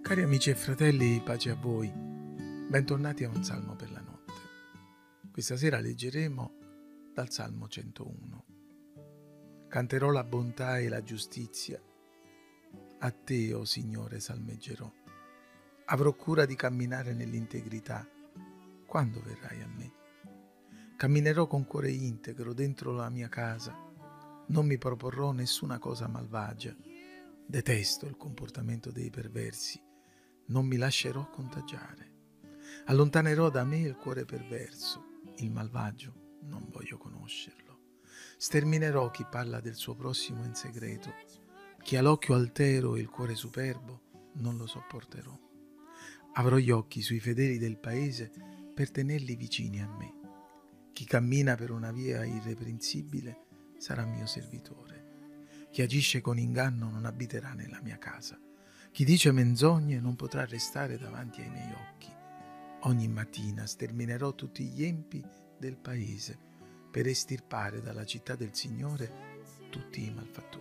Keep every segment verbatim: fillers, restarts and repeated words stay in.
Cari amici e fratelli, pace a voi. Bentornati a un salmo per la notte. Questa sera leggeremo dal Salmo centouno. Canterò la bontà e la giustizia. A te, o Signore, salmeggerò. Avrò cura di camminare nell'integrità. Quando verrai a me? Camminerò con cuore integro dentro la mia casa. Non mi proporrò nessuna cosa malvagia. Detesto il comportamento dei perversi. Non mi lascerò contagiare. Allontanerò da me il cuore perverso, il malvagio non voglio conoscerlo. Sterminerò chi parla del suo prossimo in segreto. Chi ha l'occhio altero e il cuore superbo, non lo sopporterò. Avrò gli occhi sui fedeli del paese per tenerli vicini a me. Chi cammina per una via irreprensibile sarà mio servitore. Chi agisce con inganno non abiterà nella mia casa. Chi dice menzogne non potrà restare davanti ai miei occhi. Ogni mattina sterminerò tutti gli empi del paese per estirpare dalla città del Signore tutti i malfattori.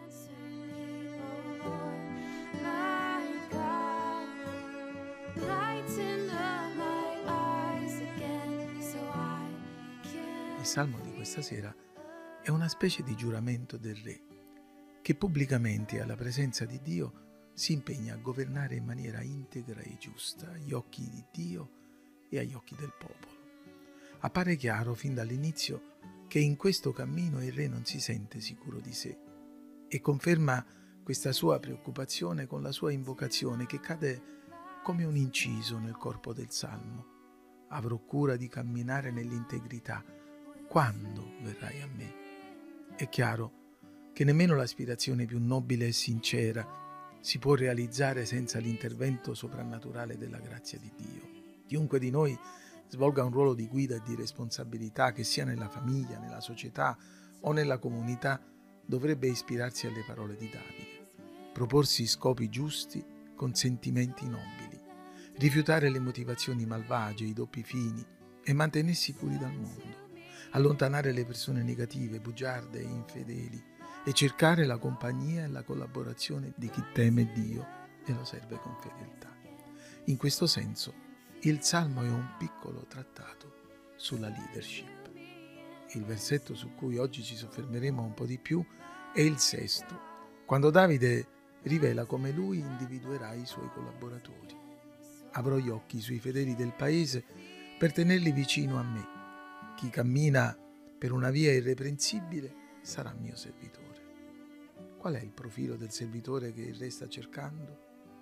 Il salmo di questa sera è una specie di giuramento del re che pubblicamente alla presenza di Dio si impegna a governare in maniera integra e giusta agli occhi di Dio e agli occhi del popolo. Appare chiaro fin dall'inizio che in questo cammino il re non si sente sicuro di sé e conferma questa sua preoccupazione con la sua invocazione che cade come un inciso nel corpo del salmo. Avrò cura di camminare nell'integrità. Quando verrai a me? È chiaro che nemmeno l'aspirazione più nobile e sincera si può realizzare senza l'intervento soprannaturale della grazia di Dio. Chiunque di noi svolga un ruolo di guida e di responsabilità, che sia nella famiglia, nella società o nella comunità, dovrebbe ispirarsi alle parole di Davide, proporsi scopi giusti con sentimenti nobili, rifiutare le motivazioni malvagie, i doppi fini e mantenersi puri dal mondo, allontanare le persone negative, bugiarde e infedeli, e cercare la compagnia e la collaborazione di chi teme Dio e lo serve con fedeltà. In questo senso, il Salmo è un piccolo trattato sulla leadership. Il versetto su cui oggi ci soffermeremo un po' di più è il sesto, quando Davide rivela come lui individuerà i suoi collaboratori. Avrò gli occhi sui fedeli del paese per tenerli vicino a me. Chi cammina per una via irreprensibile sarà mio servitore. Qual è il profilo del servitore che il re sta cercando?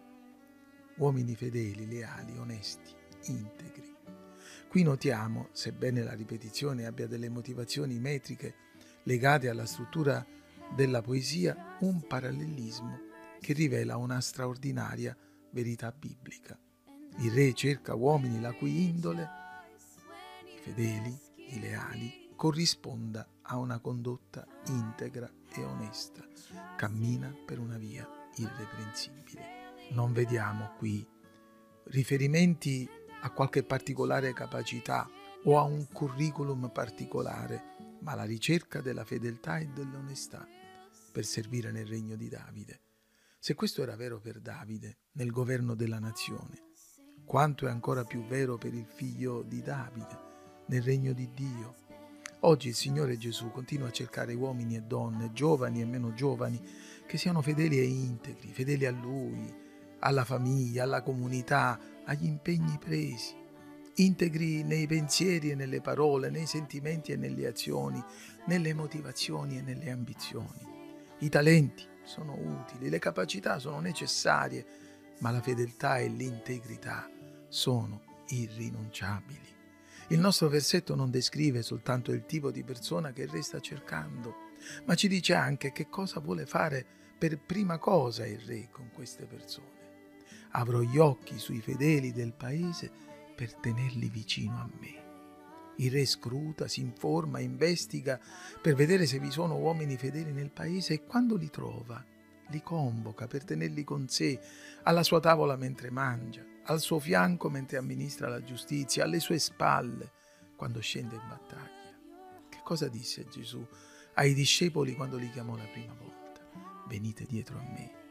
Uomini fedeli, leali, onesti, integri. Qui notiamo, sebbene la ripetizione abbia delle motivazioni metriche legate alla struttura della poesia, un parallelismo che rivela una straordinaria verità biblica. Il re cerca uomini la cui indole, i fedeli, i leali, corrisponda a una condotta integra e onesta, cammina per una via irreprensibile. Non vediamo qui riferimenti a qualche particolare capacità o a un curriculum particolare, ma la ricerca della fedeltà e dell'onestà per servire nel regno di Davide. Se questo era vero per Davide nel governo della nazione, quanto è ancora più vero per il figlio di Davide nel regno di Dio. Oggi il Signore Gesù continua a cercare uomini e donne, giovani e meno giovani, che siano fedeli e integri, fedeli a Lui, alla famiglia, alla comunità, agli impegni presi, integri nei pensieri e nelle parole, nei sentimenti e nelle azioni, nelle motivazioni e nelle ambizioni. I talenti sono utili, le capacità sono necessarie, ma la fedeltà e l'integrità sono irrinunciabili. Il nostro versetto non descrive soltanto il tipo di persona che il re sta cercando, ma ci dice anche che cosa vuole fare per prima cosa il re con queste persone. Avrò gli occhi sui fedeli del paese per tenerli vicino a me. Il re scruta, si informa, investiga per vedere se vi sono uomini fedeli nel paese e quando li trova, li convoca per tenerli con sé, alla sua tavola mentre mangia, al suo fianco mentre amministra la giustizia, alle sue spalle quando scende in battaglia. Che cosa disse Gesù ai discepoli quando li chiamò la prima volta? Venite dietro a me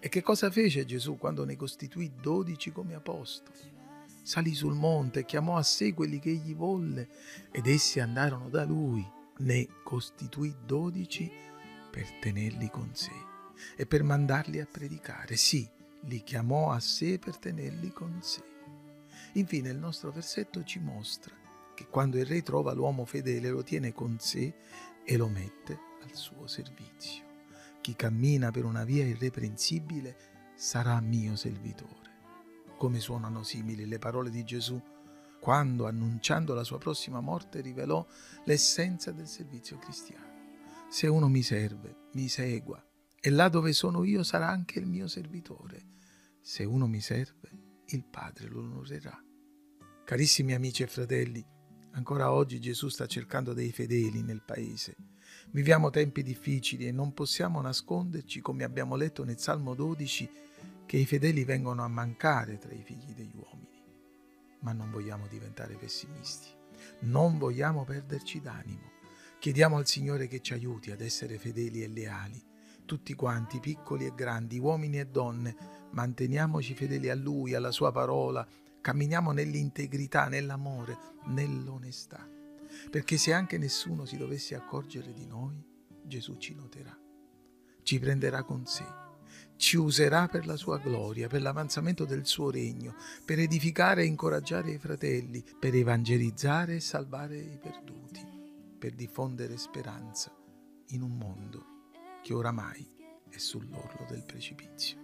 E che cosa fece Gesù quando ne costituì dodici come apostoli? Salì sul monte e chiamò a sé quelli che egli volle, ed essi andarono da lui. Ne costituì dodici per tenerli con sé e per mandarli a predicare. Sì, li chiamò a sé per tenerli con sé. Infine il nostro versetto ci mostra che quando il re trova l'uomo fedele lo tiene con sé e lo mette al suo servizio. Chi cammina per una via irreprensibile sarà mio servitore. Come suonano simili le parole di Gesù quando, annunciando la sua prossima morte, rivelò l'essenza del servizio cristiano. Se uno mi serve, mi segua, e là dove sono io sarà anche il mio servitore. Se uno mi serve, il Padre lo onorerà. Carissimi amici e fratelli, ancora oggi Gesù sta cercando dei fedeli nel paese. Viviamo tempi difficili e non possiamo nasconderci, come abbiamo letto nel Salmo dodici, che i fedeli vengono a mancare tra i figli degli uomini. Ma non vogliamo diventare pessimisti, non vogliamo perderci d'animo. Chiediamo al Signore che ci aiuti ad essere fedeli e leali. Tutti quanti, piccoli e grandi, uomini e donne, manteniamoci fedeli a Lui, alla Sua parola, camminiamo nell'integrità, nell'amore, nell'onestà. Perché se anche nessuno si dovesse accorgere di noi, Gesù ci noterà, ci prenderà con sé, ci userà per la sua gloria, per l'avanzamento del suo regno, per edificare e incoraggiare i fratelli, per evangelizzare e salvare i perduti, per diffondere speranza in un mondo che oramai è sull'orlo del precipizio.